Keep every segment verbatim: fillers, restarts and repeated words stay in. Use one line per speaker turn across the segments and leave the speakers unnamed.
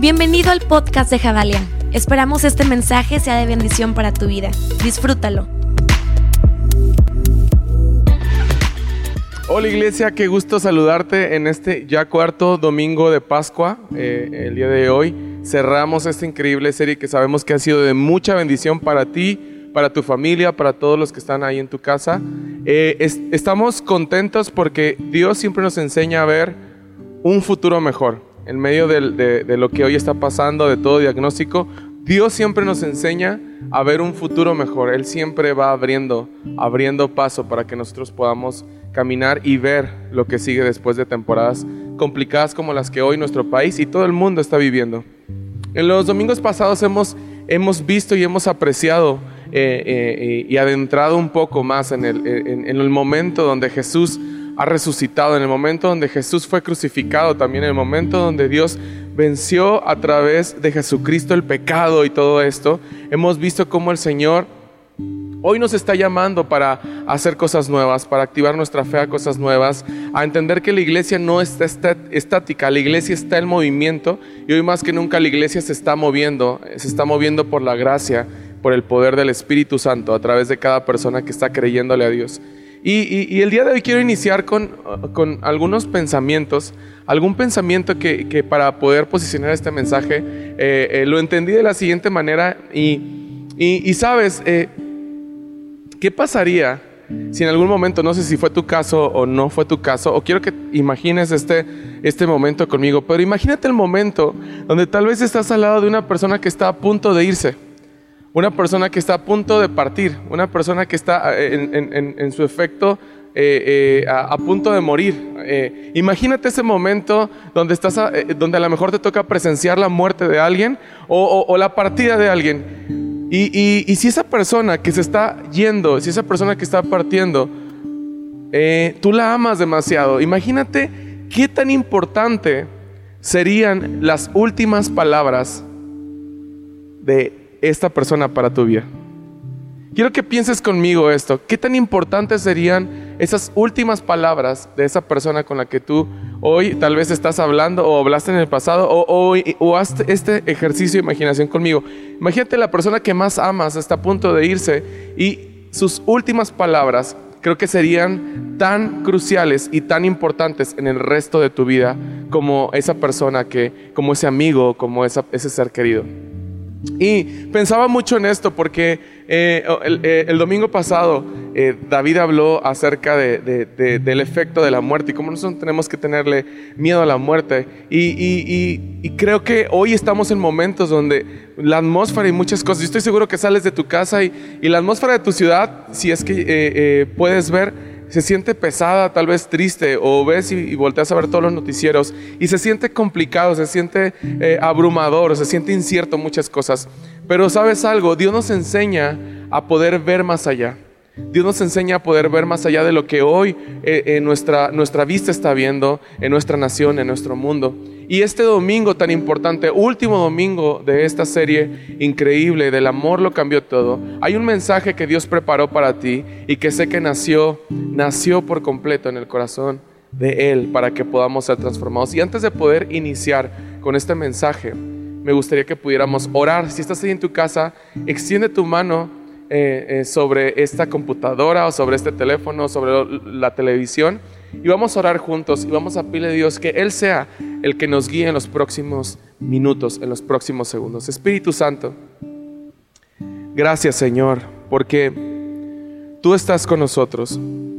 Bienvenido al podcast de Javalia. Esperamos este mensaje sea de bendición para tu vida. Disfrútalo.
Hola iglesia, qué gusto saludarte en este ya cuarto domingo de Pascua. Eh, el día de hoy cerramos esta increíble serie que sabemos que ha sido de mucha bendición para ti, para tu familia, para todos los que están ahí en tu casa. Eh, es, estamos contentos porque Dios siempre nos enseña a ver un futuro mejor. En medio de, de, de lo que hoy está pasando, de todo diagnóstico, Dios siempre nos enseña a ver un futuro mejor. Él siempre va abriendo, abriendo paso para que nosotros podamos caminar y ver lo que sigue después de temporadas complicadas como las que hoy nuestro país y todo el mundo está viviendo. En los domingos pasados hemos, hemos visto y hemos apreciado eh, eh, y adentrado un poco más en el, en, en el momento donde Jesús ha resucitado, en el momento donde Jesús fue crucificado, también en el momento donde Dios venció a través de Jesucristo el pecado y todo esto. Hemos visto cómo el Señor hoy nos está llamando para hacer cosas nuevas, para activar nuestra fe a cosas nuevas, a entender que la iglesia no está estática, la iglesia está en movimiento y hoy más que nunca la iglesia se está moviendo, se está moviendo por la gracia, por el poder del Espíritu Santo a través de cada persona que está creyéndole a Dios. Y, y, y el día de hoy quiero iniciar con, con algunos pensamientos, algún pensamiento que, que para poder posicionar este mensaje eh, eh, lo entendí de la siguiente manera y, y, y sabes, eh, ¿qué pasaría si en algún momento, no sé si fue tu caso o no fue tu caso, o quiero que imagines este, este momento conmigo, pero imagínate el momento donde tal vez estás al lado de una persona que está a punto de irse, una persona que está a punto de partir, una persona que está en, en, en su efecto eh, eh, a, a punto de morir. Eh, imagínate ese momento donde, estás a, eh, donde a lo mejor te toca presenciar la muerte de alguien o, o, o la partida de alguien. Y, y, y si esa persona que se está yendo, si esa persona que está partiendo, eh, tú la amas demasiado, imagínate qué tan importante serían las últimas palabras de esta persona para tu vida. Quiero que pienses conmigo esto. ¿Qué tan importantes serían esas últimas palabras de esa persona con la que tú hoy tal vez estás hablando o hablaste en el pasado o, o, o haz este ejercicio de imaginación conmigo? Imagínate la persona que más amas está a punto de irse y sus últimas palabras creo que serían tan cruciales y tan importantes en el resto de tu vida como esa persona que, como ese amigo, como esa, ese ser querido. Y pensaba mucho en esto porque eh, el, eh, el domingo pasado eh, David habló acerca de, de, de, del efecto de la muerte y cómo nosotros tenemos que tenerle miedo a la muerte. Y, y, y, y creo que hoy estamos en momentos donde la atmósfera y muchas cosas, yo estoy seguro que sales de tu casa y, y la atmósfera de tu ciudad, si es que eh, eh, puedes ver, se siente pesada, tal vez triste, o ves y, y volteas a ver todos los noticieros y se siente complicado, se siente eh, abrumador, se siente incierto muchas cosas. Pero ¿sabes algo? Dios nos enseña a poder ver más allá. Dios nos enseña a poder ver más allá de lo que hoy eh, eh, nuestra, nuestra vista está viendo en nuestra nación, en nuestro mundo. Y este domingo tan importante, último domingo de esta serie increíble del amor lo cambió todo, hay un mensaje que Dios preparó para ti y que sé que nació, nació por completo en el corazón de Él para que podamos ser transformados. Y antes de poder iniciar con este mensaje, me gustaría que pudiéramos orar. Si estás ahí en tu casa, extiende tu mano eh, eh, sobre esta computadora o sobre este teléfono, sobre la televisión, y vamos a orar juntos y vamos a pedirle a Dios que Él sea el que nos guíe en los próximos minutos, en los próximos segundos. Espíritu Santo, gracias Señor, porque Tú estás con nosotros.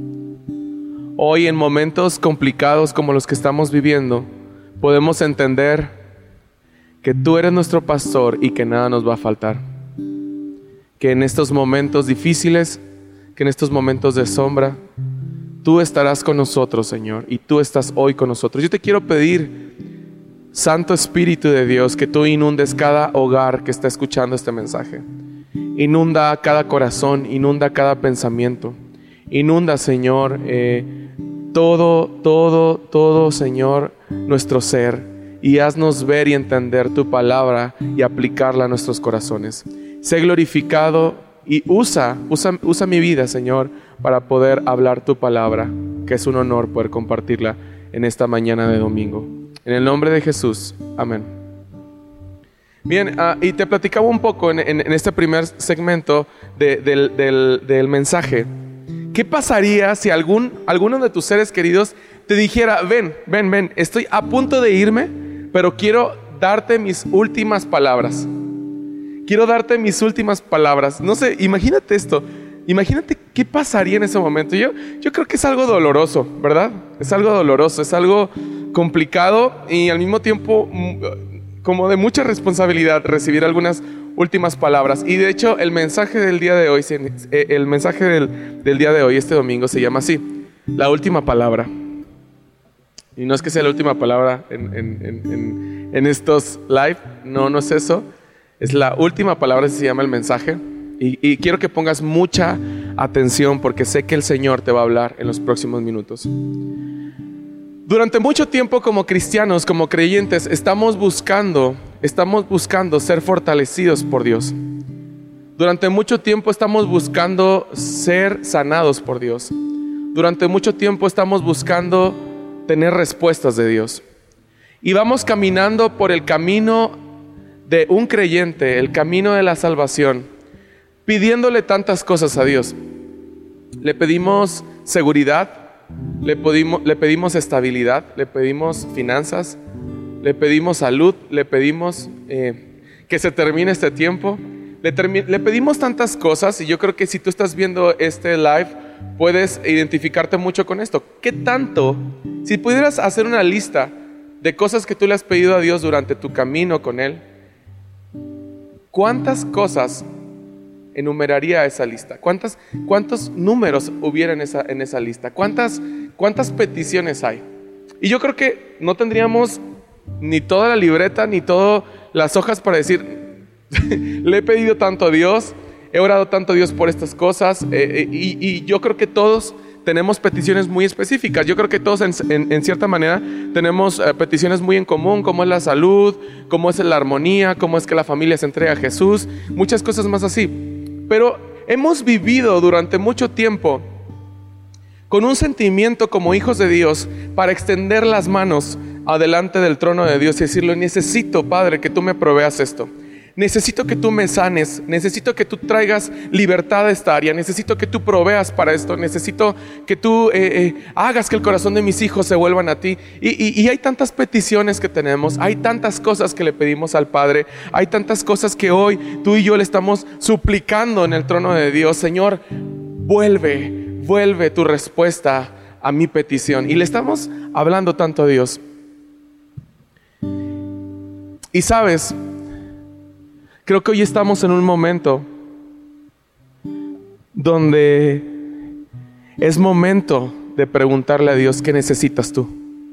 Hoy en momentos complicados como los que estamos viviendo, podemos entender que Tú eres nuestro pastor y que nada nos va a faltar. Que en estos momentos difíciles, que en estos momentos de sombra, Tú estarás con nosotros, Señor, y Tú estás hoy con nosotros. Yo te quiero pedir, Santo Espíritu de Dios, que Tú inundes cada hogar que está escuchando este mensaje. Inunda cada corazón, inunda cada pensamiento. Inunda, Señor, eh, todo, todo, todo, Señor, nuestro ser. Y haznos ver y entender Tu palabra y aplicarla a nuestros corazones. Sé glorificado y usa, usa, usa mi vida, Señor, para poder hablar Tu palabra, que es un honor poder compartirla en esta mañana de domingo. En el nombre de Jesús, amén. Bien, uh, y te platicaba un poco en, en, en este primer segmento de, del, del, del mensaje. ¿Qué pasaría si algún, alguno de tus seres queridos te dijera, ven, ven, ven, estoy a punto de irme, pero quiero darte mis últimas palabras? Quiero darte mis últimas palabras. No sé, imagínate esto. Imagínate qué pasaría en ese momento. Yo, yo creo que es algo doloroso, ¿verdad? Es algo doloroso, es algo complicado y al mismo tiempo como de mucha responsabilidad recibir algunas últimas palabras. Y de hecho el mensaje del día de hoy, el mensaje del, del día de hoy, este domingo, se llama así: la última palabra. Y no es que sea la última palabra en, en, en, en, en estos live, no, no es eso. Es la última palabra, se llama el mensaje. Y, y quiero que pongas mucha atención porque sé que el Señor te va a hablar en los próximos minutos. Durante mucho tiempo como cristianos, como creyentes, estamos buscando, estamos buscando ser fortalecidos por Dios. Durante mucho tiempo estamos buscando ser sanados por Dios. Durante mucho tiempo estamos buscando tener respuestas de Dios. Y vamos caminando por el camino de un creyente, el camino de la salvación, pidiéndole tantas cosas a Dios. Le pedimos seguridad, le pedimos, le pedimos estabilidad, le pedimos finanzas, le pedimos salud, le pedimos eh, que se termine este tiempo. Le, termi- le pedimos tantas cosas y yo creo que si tú estás viendo este live puedes identificarte mucho con esto. ¿Qué tanto? Si pudieras hacer una lista de cosas que tú le has pedido a Dios durante tu camino con Él, ¿cuántas cosas enumeraría esa lista? ¿Cuántas, ¿Cuántos números hubiera en esa, en esa lista? ¿Cuántas, ¿Cuántas peticiones hay? Y yo creo que no tendríamos ni toda la libreta, ni todas las hojas para decir, le he pedido tanto a Dios, he orado tanto a Dios por estas cosas, eh, eh, y, y yo creo que todos tenemos peticiones muy específicas. Yo creo que todos en, en, en cierta manera tenemos eh, peticiones muy en común, como es la salud, como es la armonía, como es que la familia se entregue a Jesús, muchas cosas más así. Pero hemos vivido durante mucho tiempo con un sentimiento como hijos de Dios para extender las manos adelante del trono de Dios y decirle, necesito, Padre, que tú me proveas esto. Necesito que tú me sanes, necesito que tú traigas libertad a esta área, necesito que tú proveas para esto, necesito que tú eh, eh, hagas que el corazón de mis hijos se vuelvan a ti. Y, y, y hay tantas peticiones que tenemos, hay tantas cosas que le pedimos al Padre, hay tantas cosas que hoy tú y yo le estamos suplicando en el trono de Dios. Señor, vuelve, vuelve tu respuesta a mi petición. Y le estamos hablando tanto a Dios. Y sabes, creo que hoy estamos en un momento donde es momento de preguntarle a Dios, ¿qué necesitas tú?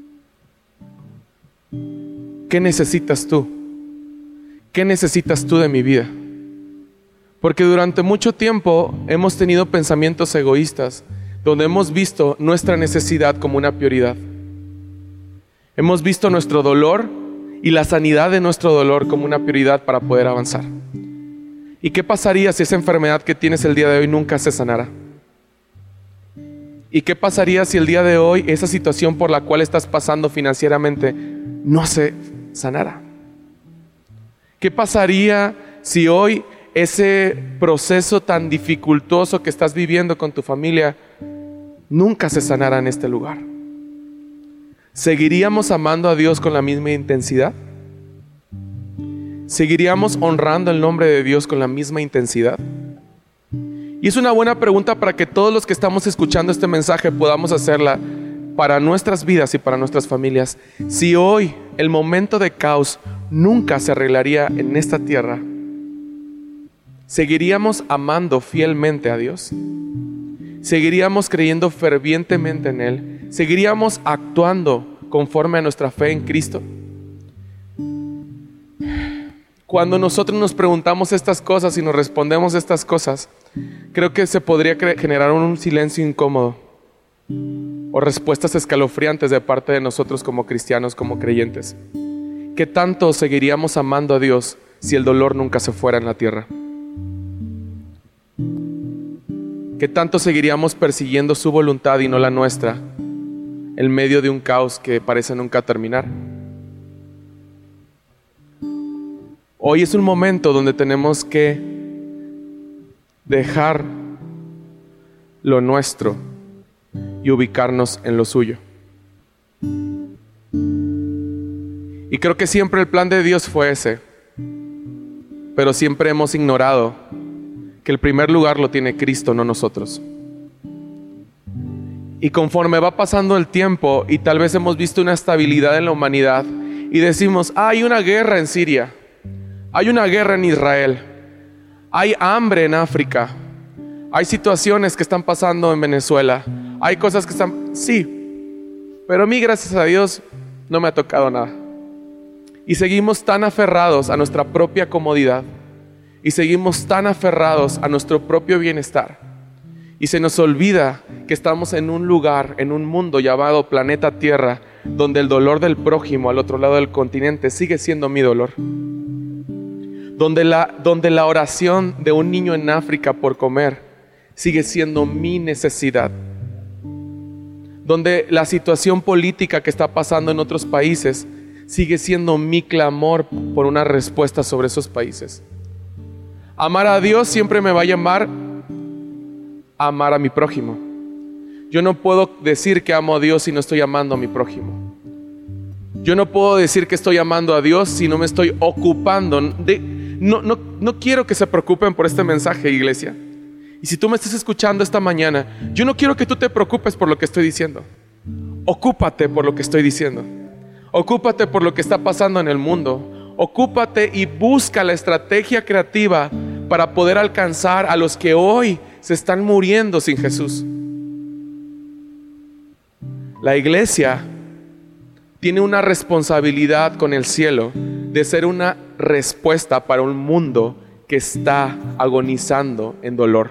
¿Qué necesitas tú? ¿Qué necesitas tú de mi vida? Porque durante mucho tiempo hemos tenido pensamientos egoístas, donde hemos visto nuestra necesidad como una prioridad. Hemos visto nuestro dolor y la sanidad de nuestro dolor como una prioridad para poder avanzar. ¿Y qué pasaría si esa enfermedad que tienes el día de hoy nunca se sanara? ¿Y qué pasaría si el día de hoy esa situación por la cual estás pasando financieramente no se sanara? ¿Qué pasaría si hoy ese proceso tan dificultoso que estás viviendo con tu familia nunca se sanara en este lugar? ¿Seguiríamos amando a Dios con la misma intensidad? ¿Seguiríamos honrando el nombre de Dios con la misma intensidad? Y es una buena pregunta para que todos los que estamos escuchando este mensaje podamos hacerla para nuestras vidas y para nuestras familias. Si hoy el momento de caos nunca se arreglaría en esta tierra, ¿seguiríamos amando fielmente a Dios? ¿Seguiríamos creyendo fervientemente en Él? ¿Seguiríamos actuando conforme a nuestra fe en Cristo? Cuando nosotros nos preguntamos estas cosas y nos respondemos estas cosas, creo que se podría generar un silencio incómodo o respuestas escalofriantes de parte de nosotros como cristianos, como creyentes. ¿Qué tanto seguiríamos amando a Dios si el dolor nunca se fuera en la tierra? ¿Qué tanto seguiríamos persiguiendo su voluntad y no la nuestra en medio de un caos que parece nunca terminar? Hoy es un momento donde tenemos que dejar lo nuestro y ubicarnos en lo suyo. Y creo que siempre el plan de Dios fue ese, pero siempre hemos ignorado que el primer lugar lo tiene Cristo, no nosotros. Y conforme va pasando el tiempo y tal vez hemos visto una estabilidad en la humanidad y decimos, ah, hay una guerra en Siria, hay una guerra en Israel, hay hambre en África, hay situaciones que están pasando en Venezuela, hay cosas que están... Sí, pero a mí, gracias a Dios, no me ha tocado nada. Y seguimos tan aferrados a nuestra propia comodidad y seguimos tan aferrados a nuestro propio bienestar. Y se nos olvida que estamos en un lugar, en un mundo llamado planeta Tierra, donde el dolor del prójimo al otro lado del continente sigue siendo mi dolor. Donde la, donde la oración de un niño en África por comer sigue siendo mi necesidad. Donde la situación política que está pasando en otros países sigue siendo mi clamor por una respuesta sobre esos países. Amar a Dios siempre me va a llamar a amar a mi prójimo. Yo no puedo decir que amo a Dios si no estoy amando a mi prójimo. Yo no puedo decir que estoy amando a Dios si no me estoy ocupando de, no, no, no quiero que se preocupen por este mensaje, iglesia. Y si tú me estás escuchando esta mañana, yo no quiero que tú te preocupes por lo que estoy diciendo. Ocúpate por lo que estoy diciendo. Ocúpate por lo que está pasando en el mundo. Ocúpate y busca la estrategia creativa para poder alcanzar a los que hoy se están muriendo sin Jesús. La iglesia tiene una responsabilidad con el cielo de ser una respuesta para un mundo que está agonizando en dolor.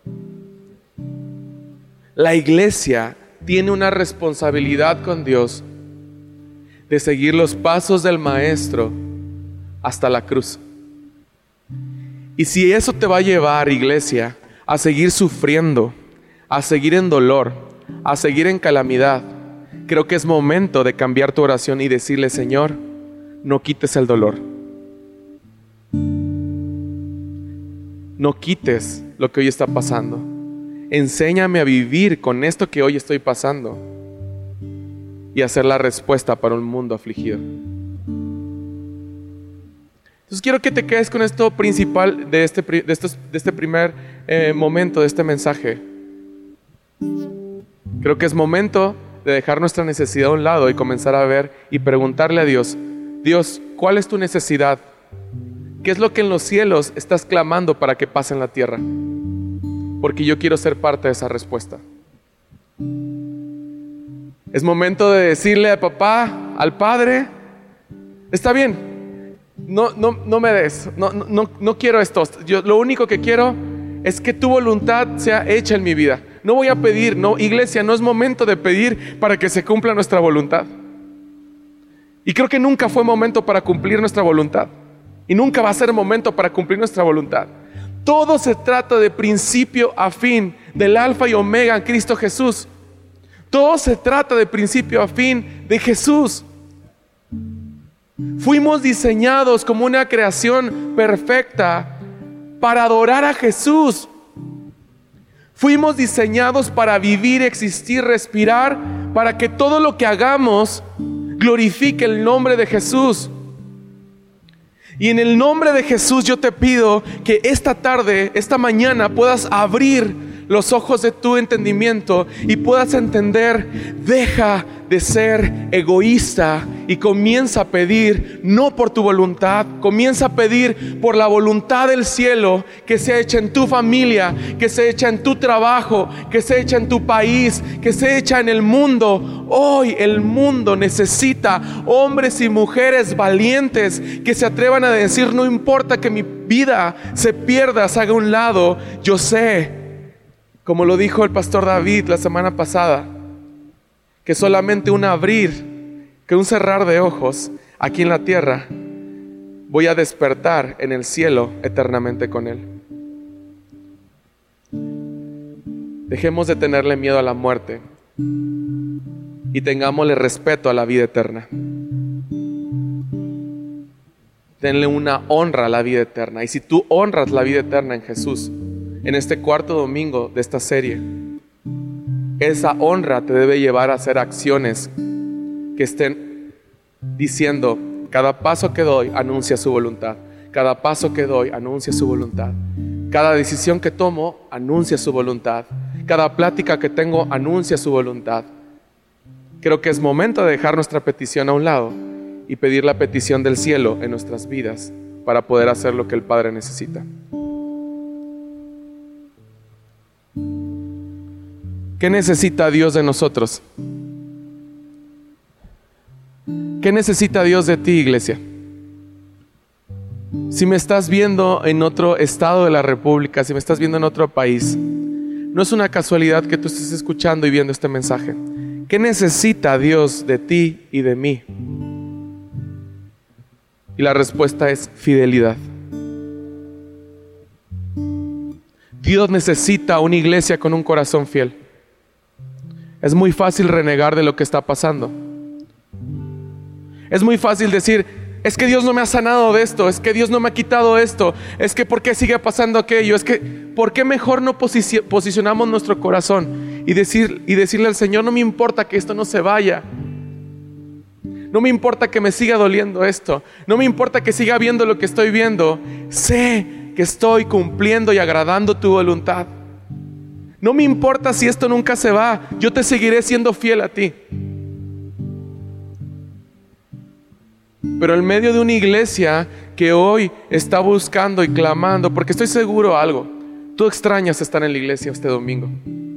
La iglesia tiene una responsabilidad con Dios de seguir los pasos del Maestro hasta la cruz. Y si eso te va a llevar, iglesia, a seguir sufriendo, a seguir en dolor, a seguir en calamidad, creo que es momento de cambiar tu oración y decirle, Señor, no quites el dolor. No quites lo que hoy está pasando. Enséñame a vivir con esto que hoy estoy pasando y hacer la respuesta para un mundo afligido. Entonces quiero que te quedes con esto principal de este, de estos, de este primer eh, momento de este mensaje. Creo que es momento de dejar nuestra necesidad a un lado y comenzar a ver y preguntarle a Dios, Dios, ¿cuál es tu necesidad? ¿Qué es lo que en los cielos estás clamando para que pase en la tierra? Porque yo quiero ser parte de esa respuesta. Es momento de decirle al papá, al padre, está bien, no, no, no me des, no, no, no quiero esto. Yo, lo único que quiero es que tu voluntad sea hecha en mi vida. No voy a pedir, no, iglesia, no es momento de pedir para que se cumpla nuestra voluntad. Y creo que nunca fue momento para cumplir nuestra voluntad. Y nunca va a ser momento para cumplir nuestra voluntad. Todo se trata de principio a fin, del alfa y omega en Cristo Jesús. Todo se trata de principio a fin de Jesús. Fuimos diseñados como una creación perfecta para adorar a Jesús. Fuimos diseñados para vivir, existir, respirar, para que todo lo que hagamos glorifique el nombre de Jesús. Y en el nombre de Jesús yo te pido que esta tarde, esta mañana puedas abrir los ojos de tu entendimiento y puedas entender, deja de ser egoísta y comienza a pedir no por tu voluntad, comienza a pedir por la voluntad del cielo que sea hecha en tu familia, que sea hecha en tu trabajo, que sea hecha en tu país, que sea hecha en el mundo. Hoy el mundo necesita hombres y mujeres valientes que se atrevan a decir, no importa que mi vida se pierda, se haga a un lado, yo sé, como lo dijo el pastor David la semana pasada, que solamente un abrir, que un cerrar de ojos aquí en la tierra, voy a despertar en el cielo eternamente con Él. Dejemos de tenerle miedo a la muerte y tengámosle respeto a la vida eterna. denle una honra a la vida eterna. Y si tú honras la vida eterna en Jesús, en este cuarto domingo de esta serie, esa honra te debe llevar a hacer acciones que estén diciendo: cada paso que doy anuncia su voluntad, cada paso que doy anuncia su voluntad, cada decisión que tomo anuncia su voluntad, cada plática que tengo anuncia su voluntad. Creo que es momento de dejar nuestra petición a un lado y pedir la petición del cielo en nuestras vidas para poder hacer lo que el Padre necesita. ¿Qué necesita Dios de nosotros? ¿Qué necesita Dios de ti, iglesia? Si me estás viendo en otro estado de la República, si me estás viendo en otro país, no es una casualidad que tú estés escuchando y viendo este mensaje. ¿Qué necesita Dios de ti y de mí? Y la respuesta es fidelidad. Dios necesita una iglesia con un corazón fiel. Es muy fácil renegar de lo que está pasando. Es muy fácil decir: es que Dios no me ha sanado de esto, es que Dios no me ha quitado esto, es que ¿por qué sigue pasando aquello? Es que ¿por qué mejor no posici- posicionamos nuestro corazón y, decir, y decirle al Señor: no me importa que esto no se vaya, no me importa que me siga doliendo esto, no me importa que siga viendo lo que estoy viendo, sé que estoy cumpliendo y agradando tu voluntad. No me importa si esto nunca se va, yo te seguiré siendo fiel a ti. Pero en medio de una iglesia que hoy está buscando y clamando, porque estoy seguro de algo, tú extrañas estar en la iglesia este domingo.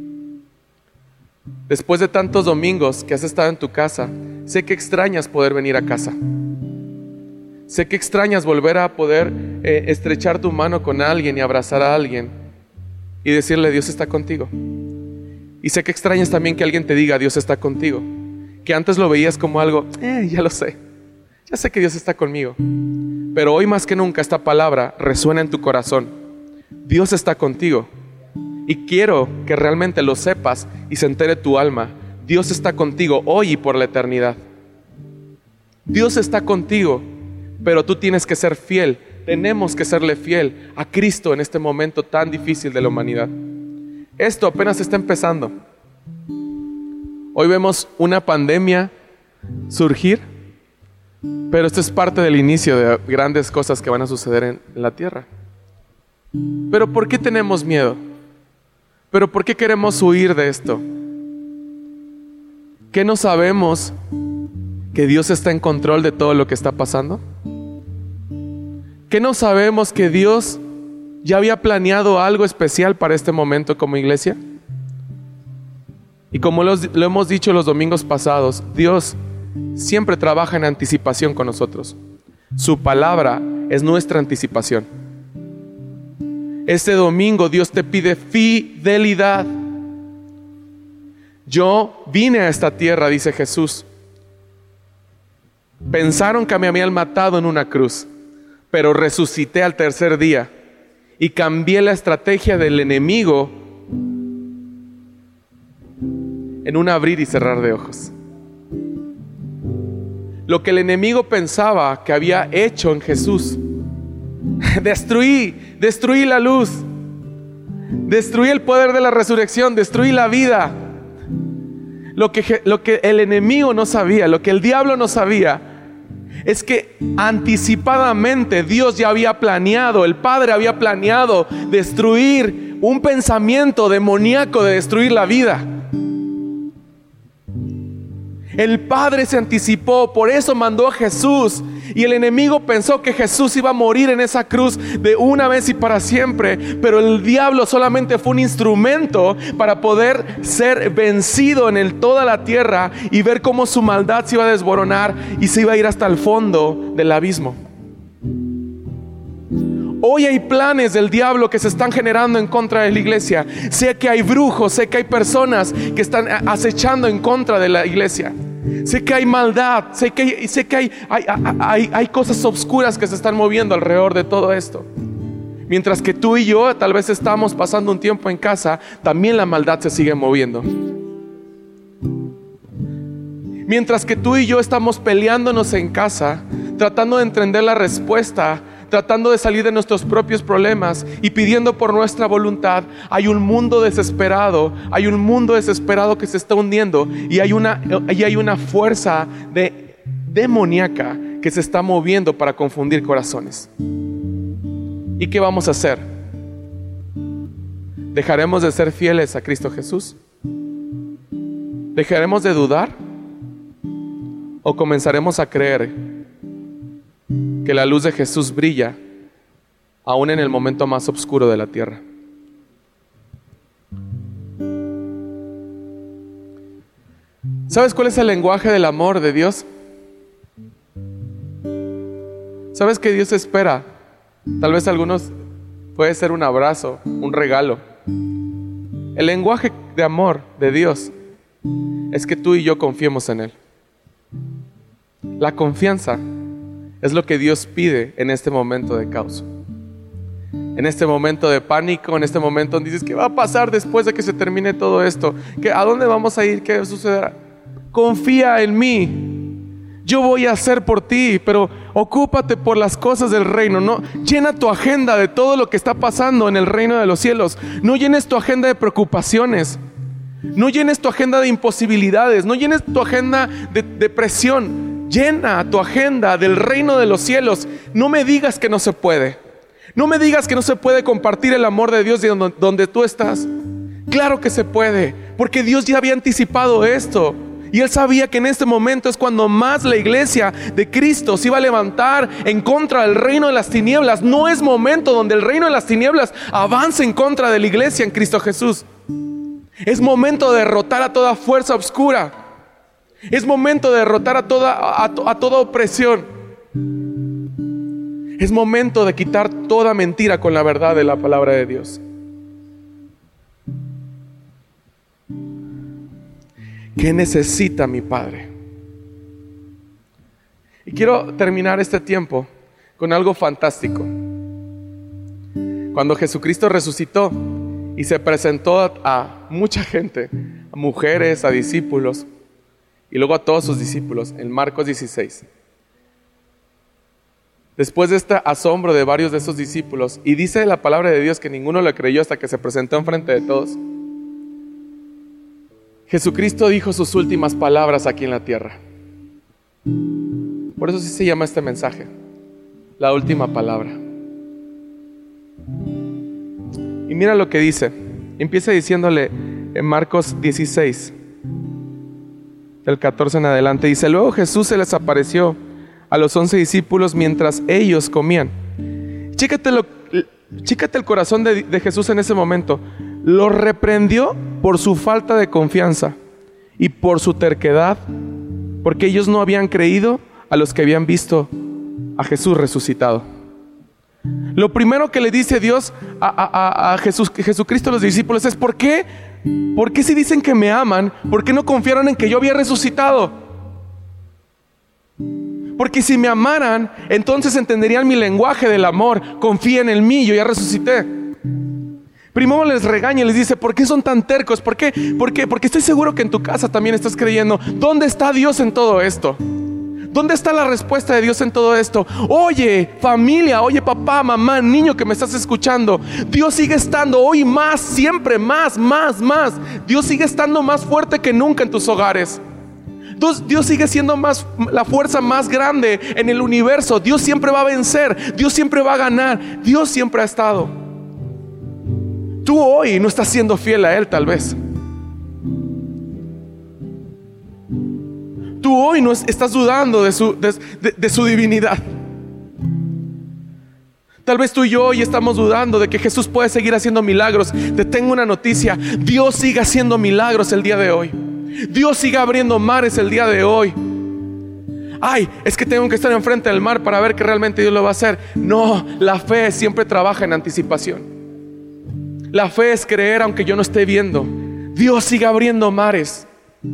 Después de tantos domingos que has estado en tu casa, sé que extrañas poder venir a casa. Sé que extrañas volver a poder eh, estrechar tu mano con alguien y abrazar a alguien y decirle: Dios está contigo. Y sé que extrañas también que alguien te diga: Dios está contigo. Que antes lo veías como algo, eh, ya lo sé. Ya sé que Dios está conmigo. Pero hoy más que nunca esta palabra resuena en tu corazón. Dios está contigo. Y quiero que realmente lo sepas y se entere tu alma. Dios está contigo hoy y por la eternidad. Dios está contigo, pero tú tienes que ser fiel. Tenemos que serle fiel a Cristo en este momento tan difícil de la humanidad. Esto apenas está empezando. Hoy vemos una pandemia surgir, pero esto es parte del inicio de grandes cosas que van a suceder en la tierra. Pero ¿por qué tenemos miedo? ¿Pero por qué queremos huir de esto? ¿Qué no sabemos que Dios está en control de todo lo que está pasando? ¿Qué no sabemos que Dios ya había planeado algo especial para este momento como iglesia? Y como lo, lo hemos dicho los domingos pasados, Dios siempre trabaja en anticipación con nosotros. Su palabra es nuestra anticipación. Este domingo Dios te pide fidelidad. Yo vine a esta tierra, dice Jesús. Pensaron que me habían matado en una cruz, pero resucité al tercer día y cambié la estrategia del enemigo en un abrir y cerrar de ojos. Lo que el enemigo pensaba que había hecho en Jesús, destruí, destruí la luz, destruí el poder de la resurrección, destruí la vida. Lo que, lo que el enemigo no sabía, lo que el diablo no sabía, es que anticipadamente Dios ya había planeado, el Padre había planeado destruir un pensamiento demoníaco de destruir la vida. El Padre se anticipó, por eso mandó a Jesús. Y el enemigo pensó que Jesús iba a morir en esa cruz de una vez y para siempre. Pero el diablo solamente fue un instrumento para poder ser vencido en el, toda la tierra y ver cómo su maldad se iba a desboronar y se iba a ir hasta el fondo del abismo. Hoy hay planes del diablo que se están generando en contra de la iglesia. Sé que hay brujos, sé que hay personas que están acechando en contra de la iglesia. Sé que hay maldad, sé que, hay, sé que hay, hay, hay, hay cosas oscuras que se están moviendo alrededor de todo esto. Mientras que tú y yo tal vez estamos pasando un tiempo en casa, también la maldad se sigue moviendo. Mientras que tú y yo estamos peleándonos en casa, tratando de entender la respuesta, tratando de salir de nuestros propios problemas y pidiendo por nuestra voluntad. Hay un mundo desesperado, hay un mundo desesperado que se está hundiendo y hay una, y hay una fuerza de, demoníaca que se está moviendo para confundir corazones. ¿Y qué vamos a hacer? ¿Dejaremos de ser fieles a Cristo Jesús? ¿Dejaremos de dudar? ¿O comenzaremos a creer que la luz de Jesús brilla aún en el momento más oscuro de la tierra? ¿Sabes cuál es el lenguaje del amor de Dios? ¿Sabes que Dios espera? Tal vez algunos puede ser un abrazo, un regalo. El lenguaje de amor de Dios es que tú y yo confiemos en Él. La confianza es lo que Dios pide en este momento de caos. En este momento de pánico, en este momento donde dices, ¿qué va a pasar después de que se termine todo esto? ¿Qué, ¿A dónde vamos a ir? ¿Qué sucederá? Confía en mí. Yo voy a hacer por ti, pero ocúpate por las cosas del reino. No, llena tu agenda de todo lo que está pasando en el reino de los cielos. No llenes tu agenda de preocupaciones. No llenes tu agenda de imposibilidades. No llenes tu agenda de depresión. Llena tu agenda del reino de los cielos. No me digas que no se puede. No me digas que no se puede compartir el amor de Dios de donde, donde tú estás. Claro que se puede, porque Dios ya había anticipado esto. Y Él sabía que en este momento es cuando más la iglesia de Cristo se iba a levantar en contra del reino de las tinieblas. No es momento donde el reino de las tinieblas avance en contra de la iglesia en Cristo Jesús. Es momento de derrotar a toda fuerza oscura. Es momento de derrotar a toda, a, a toda opresión. Es momento de quitar toda mentira con la verdad de la palabra de Dios. ¿Qué necesita mi Padre? Y quiero terminar este tiempo con algo fantástico. Cuando Jesucristo resucitó y se presentó a, a mucha gente, a mujeres, a discípulos, y luego a todos sus discípulos, en Marcos dieciséis. Después de este asombro de varios de esos discípulos, y dice la palabra de Dios que ninguno le creyó hasta que se presentó enfrente de todos, Jesucristo dijo sus últimas palabras aquí en la tierra. Por eso sí se llama este mensaje, la última palabra. Y mira lo que dice. Empieza diciéndole en Marcos dieciséis, del catorce en adelante. Dice: luego Jesús se les apareció a los once discípulos mientras ellos comían. Chécate, lo, chécate el corazón de, de Jesús en ese momento. Los reprendió por su falta de confianza y por su terquedad, porque ellos no habían creído a los que habían visto a Jesús resucitado. Lo primero que le dice Dios a, a, a Jesús, Jesucristo a los discípulos es: ¿por qué? ¿Por qué si dicen que me aman, por qué no confiaron en que yo había resucitado? Porque si me amaran, entonces entenderían mi lenguaje del amor. Confíen en mí, yo ya resucité. Primero les regaña y les dice: ¿por qué son tan tercos? ¿Por qué? ¿Por qué? Porque estoy seguro que en tu casa también estás creyendo. ¿Dónde está Dios en todo esto? ¿Dónde está la respuesta de Dios en todo esto? Oye, familia, oye, papá, mamá, niño que me estás escuchando, Dios sigue estando hoy más, siempre más, más, más. Dios sigue estando más fuerte que nunca en tus hogares. Dios, Dios sigue siendo más, la fuerza más grande en el universo. Dios siempre va a vencer, Dios siempre va a ganar. Dios siempre ha estado. Tú hoy no estás siendo fiel a Él, tal vez. Tú hoy no estás dudando de su, de, de, de su divinidad. Tal vez tú y yo hoy estamos dudando de que Jesús puede seguir haciendo milagros. Te tengo una noticia: Dios sigue haciendo milagros el día de hoy. Dios sigue abriendo mares el día de hoy. Ay, es que tengo que estar enfrente del mar para ver que realmente Dios lo va a hacer. No, la fe siempre trabaja en anticipación. La fe es creer aunque yo no esté viendo. Dios sigue abriendo mares.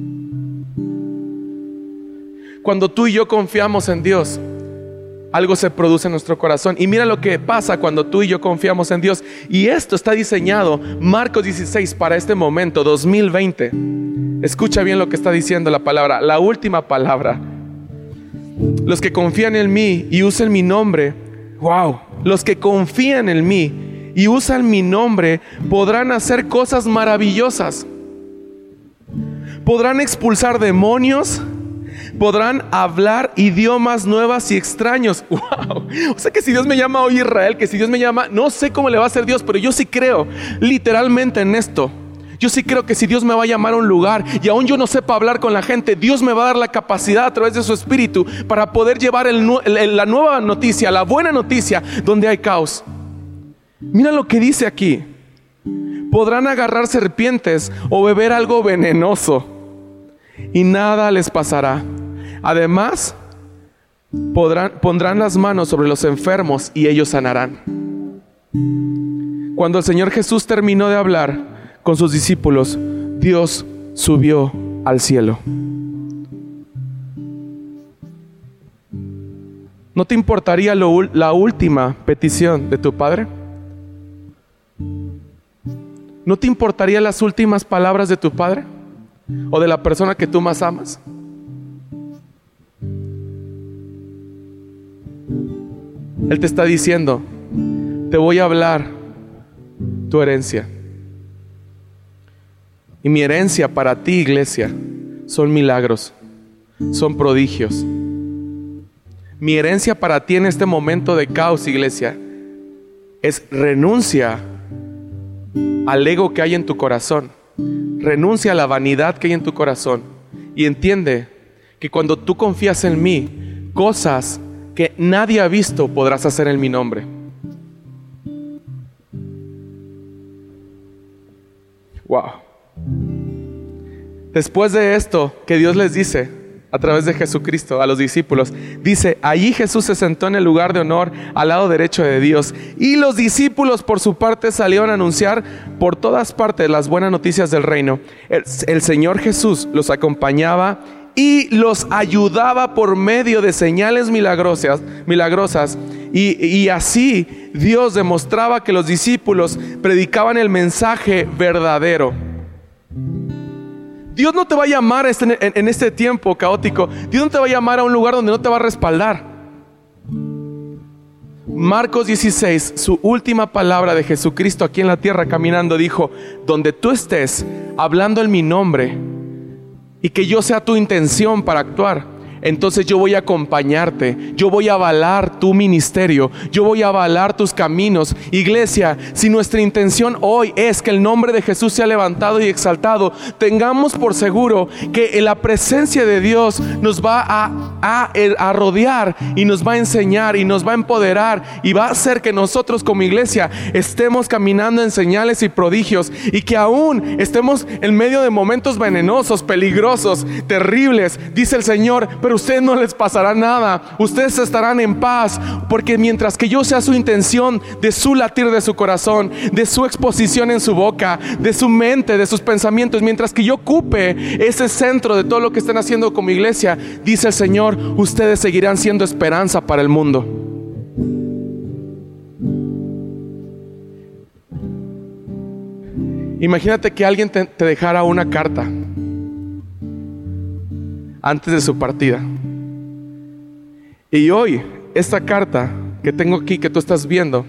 Cuando tú y yo confiamos en Dios, algo se produce en nuestro corazón. Y mira lo que pasa cuando tú y yo confiamos en Dios. Y esto está diseñado, Marcos dieciséis, para este momento, dos mil veinte. Escucha bien lo que está diciendo la palabra, la última palabra. los que confían en mí y usan mi nombre, wow, los que confían en mí y usan mi nombre podrán hacer cosas maravillosas. Podrán expulsar demonios, podrán hablar idiomas nuevos y extraños. Wow. O sea que si Dios me llama hoy Israel, que si Dios me llama, no sé cómo le va a hacer Dios, pero yo sí creo literalmente en esto. Yo sí creo que si Dios me va a llamar a un lugar y aún yo no sepa hablar con la gente, Dios me va a dar la capacidad a través de su Espíritu para poder llevar el, el, la nueva noticia, la buena noticia, donde hay caos. Mira lo que dice aquí. Podrán agarrar serpientes o beber algo venenoso y nada les pasará. Además, podrán, pondrán las manos sobre los enfermos y ellos sanarán. Cuando el Señor Jesús terminó de hablar con sus discípulos, Dios subió al cielo. ¿No te importaría lo, la última petición de tu Padre? ¿No te importaría las últimas palabras de tu Padre? ¿O de la persona que tú más amas? Él te está diciendo, te voy a hablar tu herencia. Y mi herencia para ti, iglesia, son milagros, son prodigios. Mi herencia para ti en este momento de caos, iglesia, es renuncia al ego que hay en tu corazón. Renuncia a la vanidad que hay en tu corazón. Y entiende que cuando tú confías en mí, cosas que nadie ha visto podrás hacer en mi nombre. Wow. Después de esto que Dios les dice a través de Jesucristo a los discípulos, dice, allí Jesús se sentó en el lugar de honor al lado derecho de Dios, y los discípulos por su parte salieron a anunciar por todas partes las buenas noticias del reino. El, el Señor Jesús los acompañaba y los ayudaba por medio de señales milagrosas, milagrosas y, y así Dios demostraba que los discípulos predicaban el mensaje verdadero. Dios no te va a llamar en, en este tiempo caótico. Dios no te va a llamar a un lugar donde no te va a respaldar. Marcos dieciséis, su última palabra de Jesucristo aquí en la tierra caminando, dijo, donde tú estés hablando en mi nombre y que yo sea tu intención para actuar, entonces yo voy a acompañarte, yo voy a avalar tu ministerio, yo voy a avalar tus caminos. Iglesia, si nuestra intención hoy es que el nombre de Jesús sea levantado y exaltado, tengamos por seguro que la presencia de Dios nos va a, a, a rodear y nos va a enseñar y nos va a empoderar y va a hacer que nosotros como iglesia estemos caminando en señales y prodigios, y que aún estemos en medio de momentos venenosos, peligrosos, terribles. Dice el Señor, pero a ustedes no les pasará nada, ustedes estarán en paz, porque mientras que yo sea su intención, de su latir de su corazón, de su exposición en su boca, de su mente, de sus pensamientos, mientras que yo ocupe ese centro de todo lo que están haciendo como iglesia, dice el Señor, ustedes seguirán siendo esperanza para el mundo. Imagínate que alguien te, te dejara una carta antes de su partida, y hoy esta carta que tengo aquí, que tú estás viendo,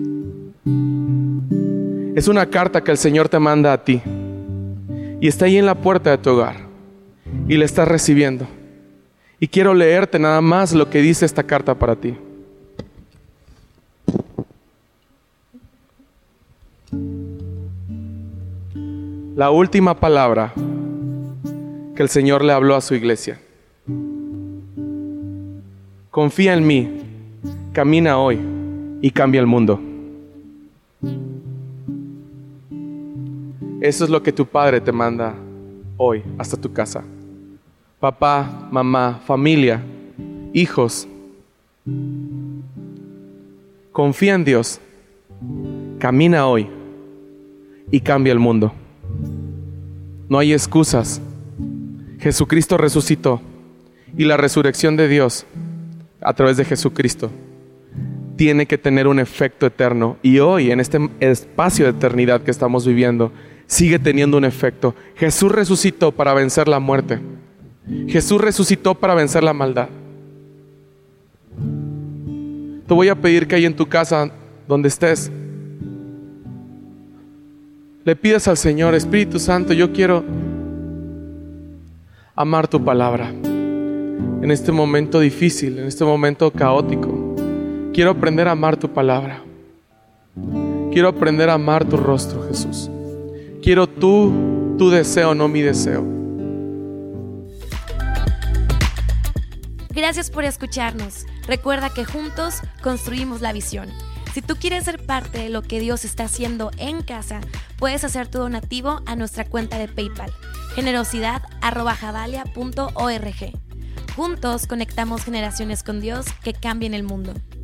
es una carta que el Señor te manda a ti y está ahí en la puerta de tu hogar y la estás recibiendo. Y quiero leerte nada más lo que dice esta carta para ti. La última palabra que el Señor le habló a su iglesia. Confía en mí, camina hoy y cambia el mundo. Eso es lo que tu Padre te manda hoy hasta tu casa. Papá, mamá, familia, hijos. Confía en Dios, camina hoy y cambia el mundo. No hay excusas. Jesucristo resucitó, y la resurrección de Dios a través de Jesucristo tiene que tener un efecto eterno, y hoy en este espacio de eternidad que estamos viviendo sigue teniendo un efecto. Jesús resucitó para vencer la muerte. Jesús resucitó para vencer la maldad. te voy a pedir que ahí en tu casa, donde estés, le pidas al Señor: Espíritu Santo, yo quiero amar tu palabra en este momento difícil, en este momento caótico. Quiero aprender a amar tu palabra. Quiero aprender a amar tu rostro, Jesús. Quiero tu, tu deseo, no mi deseo.
Gracias por escucharnos. Recuerda que juntos construimos la visión. Si tú quieres ser parte de lo que Dios está haciendo en casa, puedes hacer tu donativo a nuestra cuenta de PayPal, generosidad arroba javalia punto org. Juntos conectamos generaciones con Dios que cambien el mundo.